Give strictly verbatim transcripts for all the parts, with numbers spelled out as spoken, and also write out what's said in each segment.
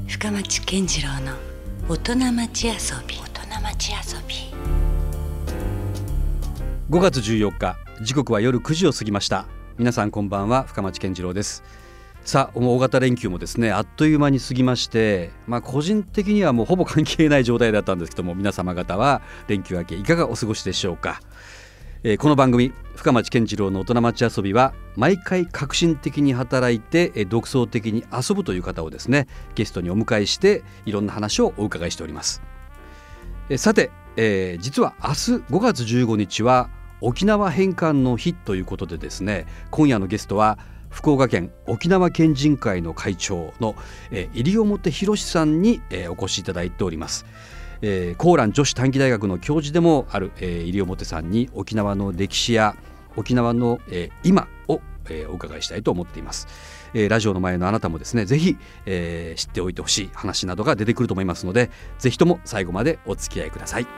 深町健次郎の大人町遊び。大人町遊び。 ごがつじゅうよっか、時刻は夜くじを過ぎました。皆さんこんばんは、深町健次郎です。さあ、大型連休もですね、あっという間に過ぎまして、まあ、個人的にはもうほぼ関係ない状態だったんですけども、皆様方は連休明けいかがお過ごしでしょうか。えー、この番組深町健次郎の大人町遊びは毎回革新的に働いて、えー、独創的に遊ぶという方をですね、ゲストにお迎えしていろんな話をお伺いしております。えー、さて、えー、実は明日ごがつじゅうごにちは沖縄返還の日ということでですね、今夜のゲストは福岡県沖縄県人会の会長の、えー、西表博さんに、えー、お越しいただいております。えー、コーラン女子短期大学の教授でもある、えー、西表さんに沖縄の歴史や沖縄の、えー、今を、えー、お伺いしたいと思っています。えー、ラジオの前のあなたもですね、ぜひ、えー、知っておいてほしい話などが出てくると思いますので、ぜひとも最後までお付き合いください。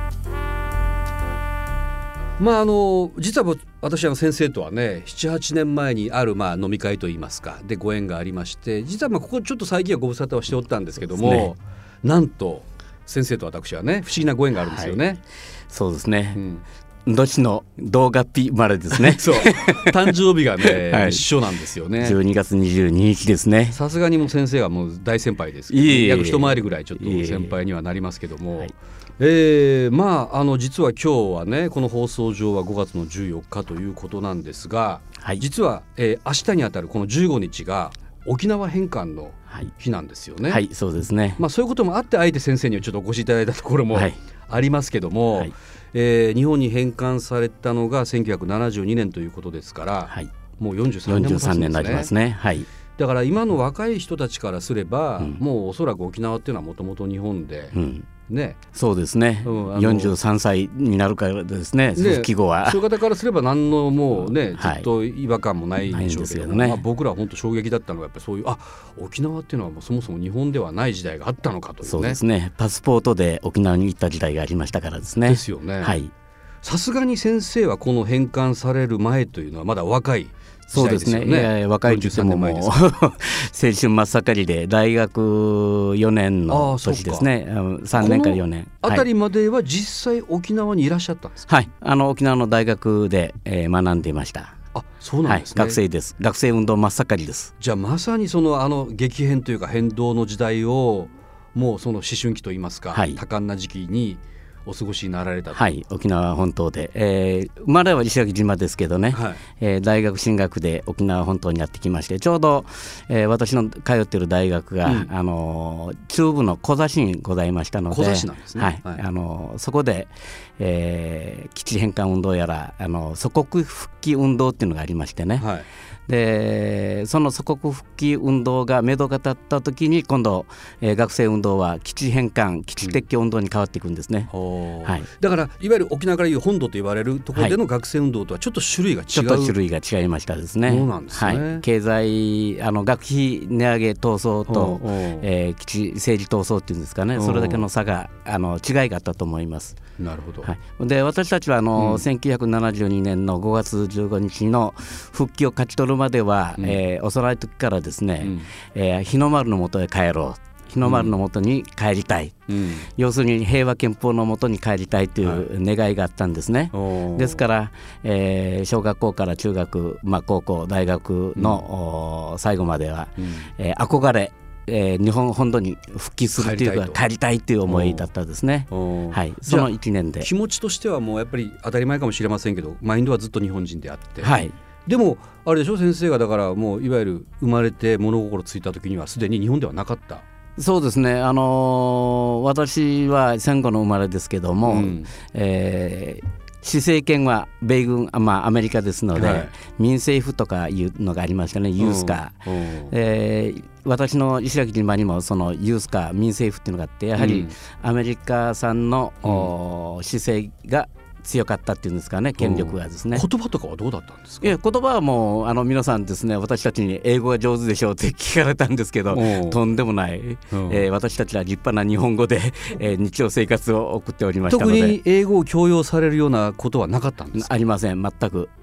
まあ、あの実は私は先生とはね、ななはちねんまえにあるまあ飲み会といいますかでご縁がありまして、実はまあここちょっと最近はご無沙汰をしておったんですけども、ね、なんと先生と私はね、不思議なご縁があるんですよね。はい、 そうですね、うん、どっちの同学日生まれですね。 そう、誕生日がね、はい、一緒なんですよね。 じゅうにがつにじゅうににちですね。 さすがにもう先生はもう大先輩ですけど、ね、いい約一回りぐらいちょっと先輩にはなりますけども、はい、えー、まああの実は今日はね、この放送上はごがつのじゅうよっかということなんですが、はい、実は、えー、明日にあたるこのじゅうごにちが沖縄返還の日なんですよね。 はい、はい、そうですね。 まあ、そういうこともあってあえて先生にはちょっとお越しいただいたところもありますけども、はい、えー、日本に返還されたのがせんきゅうひゃくななじゅうにねんということですから、はい、もうよんじゅうさんねんも経つんですね。よんじゅうさんねんになりますね。はい、だから今の若い人たちからすれば、うん、もうおそらく沖縄っていうのはもともと日本で、うんね、 そうですね、うん、よんじゅうさんさいになるからですね、復帰後はそういう方からすれば何のもうね、ずっと違和感もないでしょうけど、ね、まあ、僕らは本当衝撃だったのがやっぱりそういう、あ、沖縄っていうのはもうそもそも日本ではない時代があったのかというね。 そうですね、パスポートで沖縄に行った時代がありましたからですね。 ですよね。はい、さすがに先生はこの返還される前というのはまだ若い。 そうですね、いや若いと言ってももう青春真っ盛りで大学よねんの年ですね。さんねんからよねんあたりまでは実際沖縄にいらっしゃったんですか。 はい、あの沖縄の大学で、えー、学んでいました。 あ、そうなんですね。 はい、学生です。学生運動真っ盛りです。 じゃあまさにそのあの激変というか変動の時代をもうその思春期といいますか、はい、多感な時期にお過ごしになられたと。 はい、沖縄本島で、えー、生まれは石垣島ですけどね、はい、えー、大学進学で沖縄本島にやってきまして、ちょうど、えー、私の通っている大学が、うん、あの中部のコザ市にございましたので、 コザ市なんですね。 はいはい、あのそこで、えー、基地返還運動やらあの祖国復帰運動っていうのがありましてね、はい、でその祖国復帰運動が目処が立った時に今度、えー、学生運動は基地返還基地撤去運動に変わっていくんですね。うん、 はい、だからいわゆる沖縄からいう本土と言われるところでの学生運動とはちょっと種類が違う、 ちょっと種類が違いましたですね。 そうなんですね。 はい、経済あの学費値上げ闘争と、えー、基地政治闘争っていうんですかね、それだけの差があの違いがあったと思います。 なるほど。 はい、で私たちはあの、うん、せんきゅうひゃくななじゅうにねんのごがつじゅうごにちの復帰を勝ち取るまでは、うん、えー、幼い時からですね、うん、えー、日の丸の下へ帰ろう、日の丸の下に帰りたい、うん、要するに平和憲法の下に帰りたいという願いがあったんですね。はい、ですから、えー、小学校から中学、まあ、高校大学の、うん、最後までは、うん、えー、憧れ、えー、日本本土に復帰するというか帰りたいという思いだったですね。はい、そのいちねんで気持ちとしてはもうやっぱり当たり前かもしれませんけど、マインドはずっと日本人であって、 はい、 でもあれでしょ、先生がだからもういわゆる生まれて物心ついた時にはすでに日本ではなかった。 そうですね、あのー、私は戦後の生まれですけども、うん、えー施政権は米軍、まあ、アメリカですので、はい、民政府とかいうのがありましたね、ユースカー、えー、私の石垣島にもそのユースカー民政府っていうのがあって、やはりアメリカ産の、うん、施政が強かったっていうんですかね、権力がですね。 言葉とかはどうだったんですか。 いや、言葉はもうあの皆さんですね、私たちに英語が上手でしょうって聞かれたんですけど、とんでもない、えー、私たちは立派な日本語で、えー、日常生活を送っておりましたので。 特に英語を強要されるようなことはなかったんですか。 ありません、全く。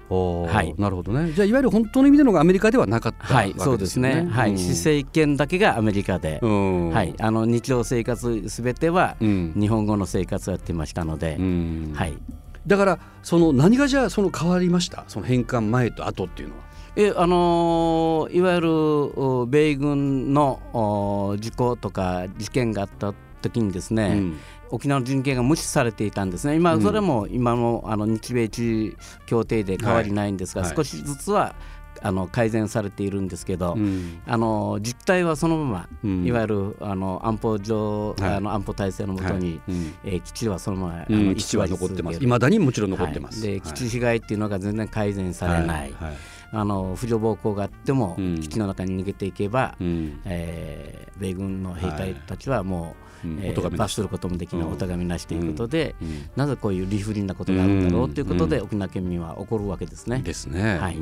はい、 なるほどね。じゃあいわゆる本当の意味でのがアメリカではなかったわけですよね。 はい、そうですね、はい、うん、施政権だけがアメリカで、うん、はい、あの日常生活すべては日本語の生活をやってましたので、うん、はい、 だからその何がじゃあその変わりました、その返還前と後っていうのは。 えあのー、いわゆる米軍の事故とか事件があった時にですね、うん、沖縄の人権が無視されていたんですね。今それも今の、あの日米地協定で変わりないんですが、はい、少しずつはあの改善されているんですけど、うん、あの実態はそのまま、うん、いわゆるあの安保上、はい、あの安保体制のもとに、はい、うん、えー、基地はそのまま、 うん、基地は残ってます。未だにもちろん残ってます、 はい、で基地被害っていうのが全然改善されない、はいはい、あの扶助暴行があっても、うん、基地の中に逃げていけば、うん、えー、米軍の兵隊たちはもう、はい、えー、罰することもできない、お咎めなしということで、うんうん、なぜこういう理不尽なことがあるんだろうということで、うん、沖縄県民は怒るわけですね。 ですね、 はい、うん、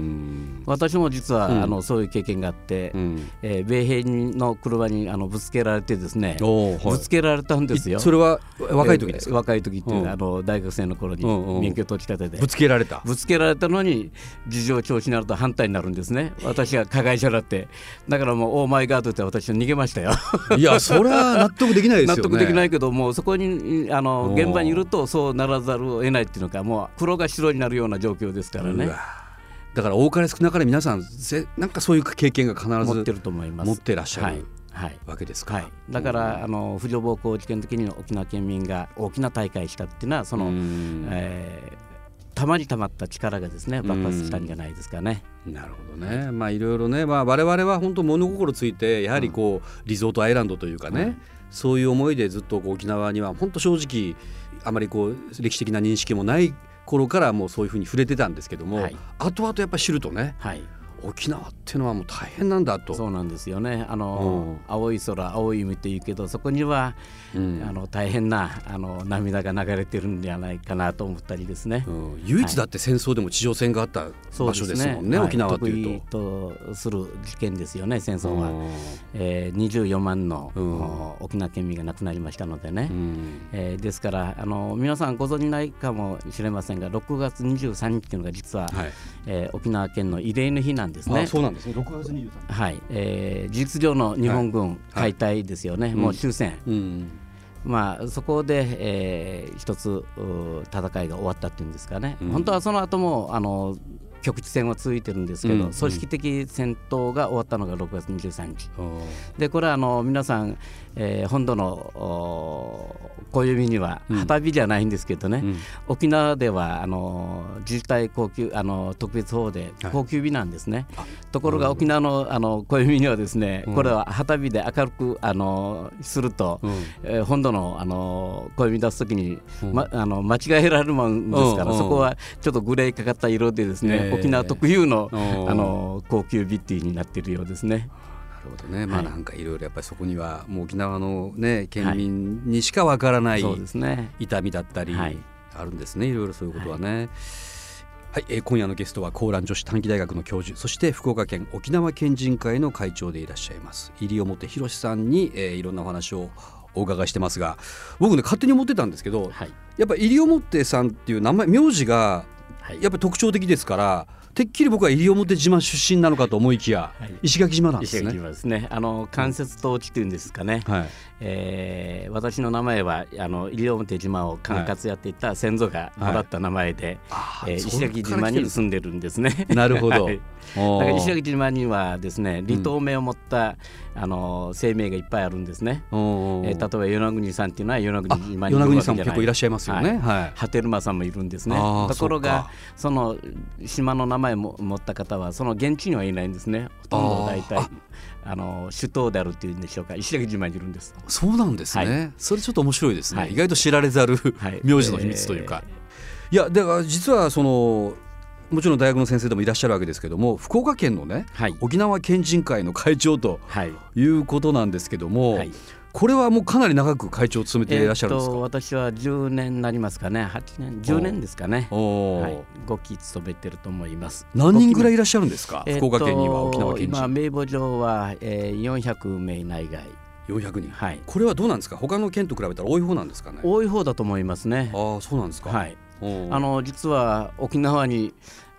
私も実は、うん、あのそういう経験があって、うん、えー、米兵の車にあのぶつけられてですね、はい、ぶつけられたんですよ。 それは若い時ですか？ えー、若い時っていう、あの大学生の頃に免許取り立ててぶつけられたぶつけられたのに事情聴取になると反対になるんですね。私が加害者だって、だからもうオーマイガードって私は逃げましたよ。 いや、それは納得できないですよね。 納得できないけど、もうそこにあの現場にいるとそうならざるを得ないっていうのか、もう黒が白になるような状況ですからね。 だから多かれ少なかれ皆さんぜなんかそういう経験が必ず持ってると思います。 持ってらっしゃる、 はいはい、 わけですか、 はい、だからあの扶助暴行事件の時に沖縄県民が大きな大会したっていうのはその、えー、たまにたまった力がですね爆発したんじゃないですかね。 なるほどね、まあいろいろね、まあ、我々は本当物心ついてやはりこう、うん、リゾートアイランドというかね、うん、そういう思いでずっとこう沖縄には本当正直あまりこう歴史的な認識もない頃からもうそういうふうに触れてたんですけども、はい、後々やっぱり知るとね、はい、沖縄っていうのはもう大変なんだと。 そうなんですよね。あの、うん、青い空青い海っていうけど、そこには、うん、あの大変なあの涙が流れてるんじゃないかなと思ったりですね、うん、 唯一だって戦争でも地上戦があった場所ですもんね、はい、沖縄というと得意とする事件ですよね、戦争は、うんえー、にじゅうよんまんの、うん、沖縄県民が亡くなりましたのでね、うんえー、ですからあの皆さんご存じないかもしれませんが、ろくがつにじゅうさんにちというのが実は、はいえー、沖縄県の慰霊の日なんですね。 あ、そうなんですね。ろくがつにじゅうさんにち、 はいえー、事実上の日本軍解体ですよね、はいはい、もう終戦、うんうんまあ、そこで、えー、一つ戦いが終わったっていうんですかね、うん、本当はその後もあの局地戦は続いてるんですけど、うん、組織的戦闘が終わったのがろくがつにじゅうさんにち、うん、でこれはあの皆さん、えー、本土の小指には旗日じゃないんですけどね、うん、沖縄ではあの自治体高級あの特別法で高級日なんですね、はい、ところが沖縄の、あの小指にはですね、うん、これは旗日で明るくあのすると、うんえー、本土の、あの小指出すときに、うんま、あの間違えられるもんですから、うん、そこはちょっとグレーかかった色でですね、えー、沖縄特有の、あの高級日っていうになっているようですね。 なるほどね、まあ、なんかいろいろやっぱりそこにはもう沖縄の、ね、県民にしかわからない、はいね、痛みだったりあるんですね、いろいろそういうことはね、はいはいえー、今夜のゲストは高蘭女子短期大学の教授、そして福岡県沖縄県人会の会長でいらっしゃいます入表博さんに、えー、いろんなお話をお伺いしてますが、僕ね勝手に思ってたんですけど、はい、やっぱ入表さんっていう名前名字がやっぱり特徴的ですから、てっきり僕は西表島出身なのかと思いきや、はい、石垣島なんですね。 石垣島ですね。あの間接統治というんですかね、はいえー、私の名前はあの西表島を管轄やっていた先祖がもらった名前で、はいえー、石垣島に住んでるんですね。 なるほど、はい、 だから石垣島にはですね離島名を持った、うん、あの生命がいっぱいあるんですね、えー、例えば与那国さんっていうのは与那国島にいるわけじゃない。 与那国さんも結構いらっしゃいますよね、はいはい、波照間さんもいるんですね。ところがその島の名前を持った方はその現地にはいないんですね。ほとんど大体あの首都であるっていうんでしょうか、石垣島にいるんです。 そうなんですね、はい、それちょっと面白いですね、はい、意外と知られざる、はい、名字の秘密というか、えー、いやだから実はそのもちろん大学の先生でもいらっしゃるわけですけども、福岡県のね、はい、沖縄県人会の会長ということなんですけども、はい、これはもうかなり長く会長を務めていらっしゃるんですか。 えー、私はじゅうねんになりますかね、はちねんじゅうねんですかね、はい、ごき務めてると思います。 何人ぐらいいらっしゃるんですか、えー、福岡県には沖縄県人。 今名簿上は、えー、よんひゃくめい内外よんひゃくにん、 はい、 これはどうなんですか、他の県と比べたら多い方なんですかね。 多い方だと思いますね。 ああそうなんですか、 はい、あの実は沖縄に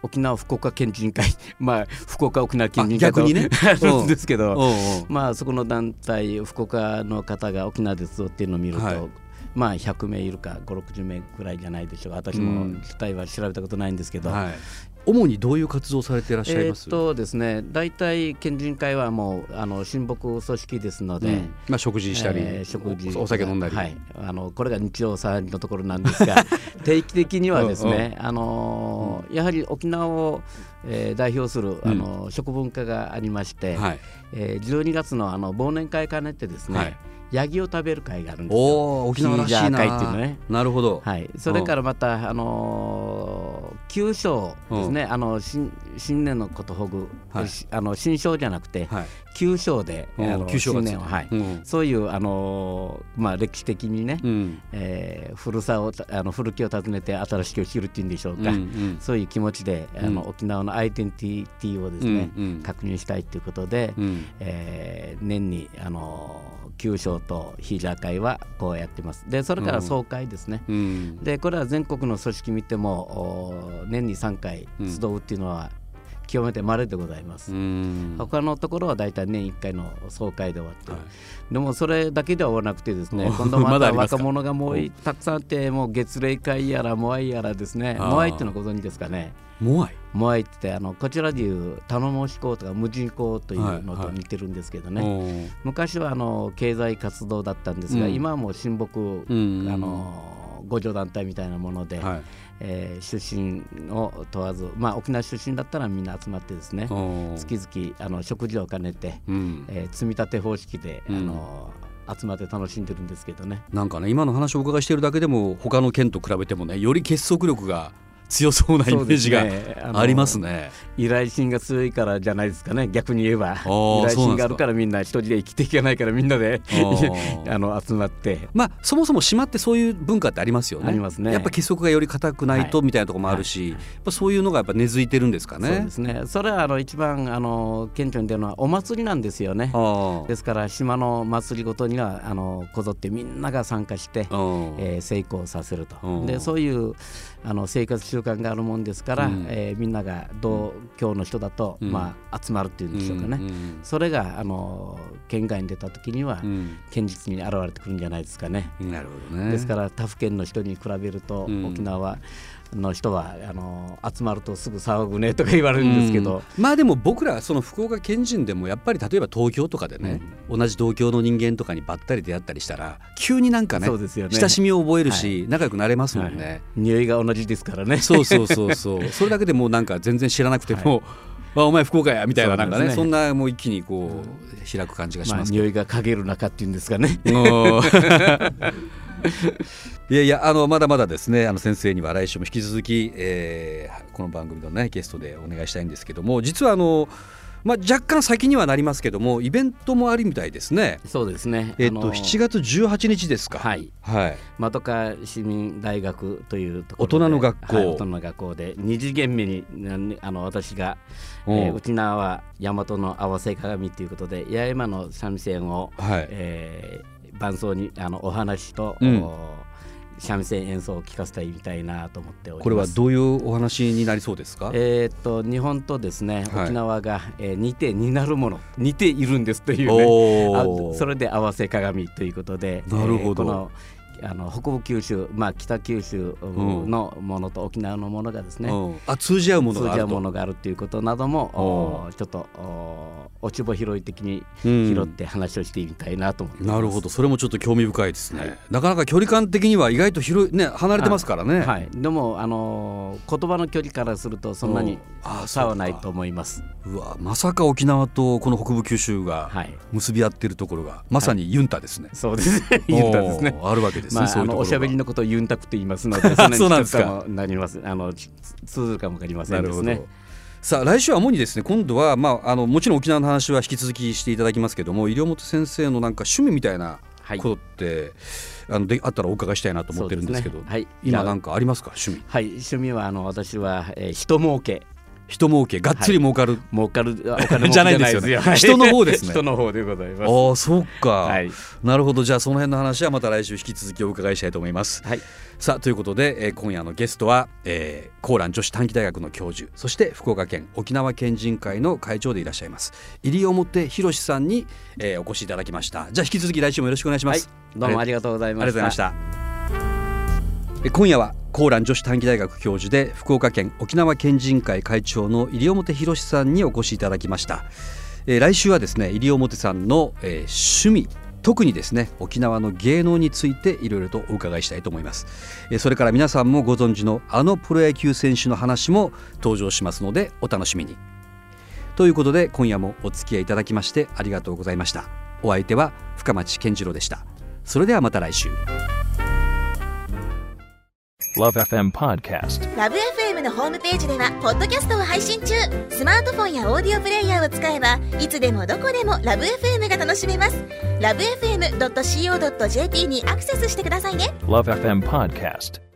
沖縄福岡県人会まあ福岡沖縄県人会逆にねあるんですけど、 おうおうまあそこの団体福岡の方が沖縄で集っているのを見ると、はい、まあひゃくめいいるかごじゅうろくじゅうめいぐらいじゃないでしょうか。私も実態は調べたことないんですけど、うんはい、 主にどういう活動をされていらっしゃいます？ えー、っとですね、大体県人会はもうあの親睦組織ですので、うんまあ、食事したり、 えー、食事お, お酒飲んだり、 はい、あのこれが日曜さんのところなんですが定期的にはですね、あのー、やはり沖縄を、えー、代表するあの、うん、食文化がありまして、はいえー、じゅうにがつ の, あの忘年会兼ねてですね、はいヤギを食べる会があるんですよ。 お沖縄らしいな。 会っていうのね。 なるほど。 はい。それからまたあのー、旧正ですね。あの 新, 新年のことほぐ、はい、あの新正じゃなくて、はい、旧正であの新年を、はい、うん、そういうあのー、まあ歴史的にね、うんえー、古さをあの古きを訪ねて新しきを知るっていうんでしょうか。うんうん、そういう気持ちで、うん、あの沖縄のアイデンティティをですね、うんうん、確認したいということで、うんえー、年にあのー旧正とヒージャー会はこうやってます。でそれから総会ですね、うん、でこれは全国の組織見ても年にさんかい集うっていうのは極めて稀でございます、うん、他のところはだいたい年いっかいの総会で終わって、はい、でもそれだけでは終わらなくてですね今度また若者がもうたくさんあってもう月例会やらモアイやらですね。モアイっていうのはご存知ですかね。 モアイモアイってあのこちらでいう頼申港とか無人港というのと似てるんですけどね、はいはい、昔はあの経済活動だったんですが、うん、今はもう親睦、うん、あの互助団体みたいなもので、はいえー、出身を問わず、まあ、沖縄出身だったらみんな集まってですね月々あの食事を兼ねて、うんえー、積み立て方式で、うん、あの集まって楽しんでるんですけどね。 なんかね今の話をお伺いしているだけでも他の県と比べてもねより結束力が強そうなイメージがありますね。 依頼心が強いからじゃないですかね。逆に言えば依頼心があるからみんな一人で生きていけないからみんなであの集まって、 まあそもそも島ってそういう文化ってありますよね。 ありますね。 やっぱ結束がより固くないとみたいなところもあるし、はいはい、やっぱそういうのがやっぱ根付いてるんですかね。 そうですね。それはあの一番あの顕著に出るのはお祭りなんですよね。ですから島の祭りごとにはあのこぞってみんなが参加して、えー、成功させると。でそういうあの生活習慣があるもんですから、うんえー、みんなが同郷の人だと、うんまあ、集まるっていうんでしょうかね、うんうん、それがあの県外に出た時には、うん、堅実に現れてくるんじゃないですかね。 なるほどね。 ですから他府県の人に比べると、うん、沖縄の人はあの集まるとすぐ騒ぐねとか言われるんですけど、 うん、まあでも僕らその福岡県人でもやっぱり例えば東京とかでね、うん、同じ同郷の人間とかにばったり出会ったりしたら急になんか ね, そうですよね親しみを覚えるし、はい、仲良くなれますもんね、はい、 匂いが同じですからね。 そうそうそうそうそれだけでもうなんか全然知らなくても、はいあお前福岡やみたいななんか ね, そ, ねそんなもう一気にこう開く感じがしますけど、 まあ、匂いが陰る中っていうんですかね。 いやいやあのまだまだですねあの先生には来週も引き続き、えー、この番組の、ね、ゲストでお願いしたいんですけども実はあの、まあ、若干先にはなりますけどもイベントもあるみたいですね。 そうですね、 えー、としちがつじゅうはちにちですか。 はい、はい、的川市民大学というところで大人の学校、 はい、大人の学校でに次元目にあの私が、えー、沖縄は大和の合わせ鏡ということで八重山の三味線を、はいえー、伴奏にあのお話と、うん三味線演奏を聴かせたいみたいなと思っております。 これはどういうお話になりそうですか？ えー、っと日本とですね、はい、沖縄が、えー、似て似なるもの似ているんですというねあそれで合わせ鏡ということでなるほど、 えー、このあの北部九州、まあ、北九州のものと沖縄のものがですね、うん、 あ通じ合うものがあると通じ合うものがあるということなどもちょっと落ち穂拾い的に拾って話をしてみたいなと思っています、 うん、なるほどそれもちょっと興味深いですね、はい、なかなか距離感的には意外と広い、ね、離れてますからね、 はい、でもあの言葉の距離からするとそんなに差はないと思います。 うわまさか沖縄とこの北部九州が結び合っているところがまさにユンタですね、 はい、そうですねユンタですねあるわけですね、 まあ、あのおしゃべりのことをユンタクと言いますのでそうなんですかなりますあの通ずるかもわかりませんですね。 さあ来週は主にですね今度は、まあ、あのもちろん沖縄の話は引き続きしていただきますけども西本先生のなんか趣味みたいなことって、はい、あのであったらお伺いしたいなと思ってるんですけど、ねはい、今なんかありますか趣味？ はい趣味はあの私は、えー、人儲け人儲けがっつり儲かる、 はい、儲かるお金じゃないですよね。人の方ですね。 人の方でございます。 ああ、そうか、 はい、 なるほど。じゃあその辺の話はまた来週引き続きお伺いしたいと思います、 はい、 さあということで、えー、今夜のゲストは、えー、高蘭女子短期大学の教授、そして福岡県沖縄県人会の会長でいらっしゃいます入表博さんに、えー、お越しいただきました。じゃあ引き続き来週もよろしくお願いします、 はい、どうもありがとうございました。 ありがとうございました。今夜は高蘭女子短期大学教授で福岡県沖縄県人会会長の入表博さんにお越しいただきました。えー、来週はですね、入表さんの、えー、趣味、特にですね沖縄の芸能についていろいろとお伺いしたいと思います。えー、それから皆さんもご存知のあのプロ野球選手の話も登場しますのでお楽しみに。ということで今夜もお付き合いいただきましてありがとうございました。お相手は深町健次郎でした。それではまた来週。 ラブ エフエム Podcast。 ラブ エフエム のホームページではポッドキャストを配信中。スマートフォンやオーディオプレイヤーを使えばいつでもどこでもラブ エフエム が楽しめます。ラブ エフエムドットシーオードットジェーピー にアクセスしてくださいね。 ラブ エフエム Podcast。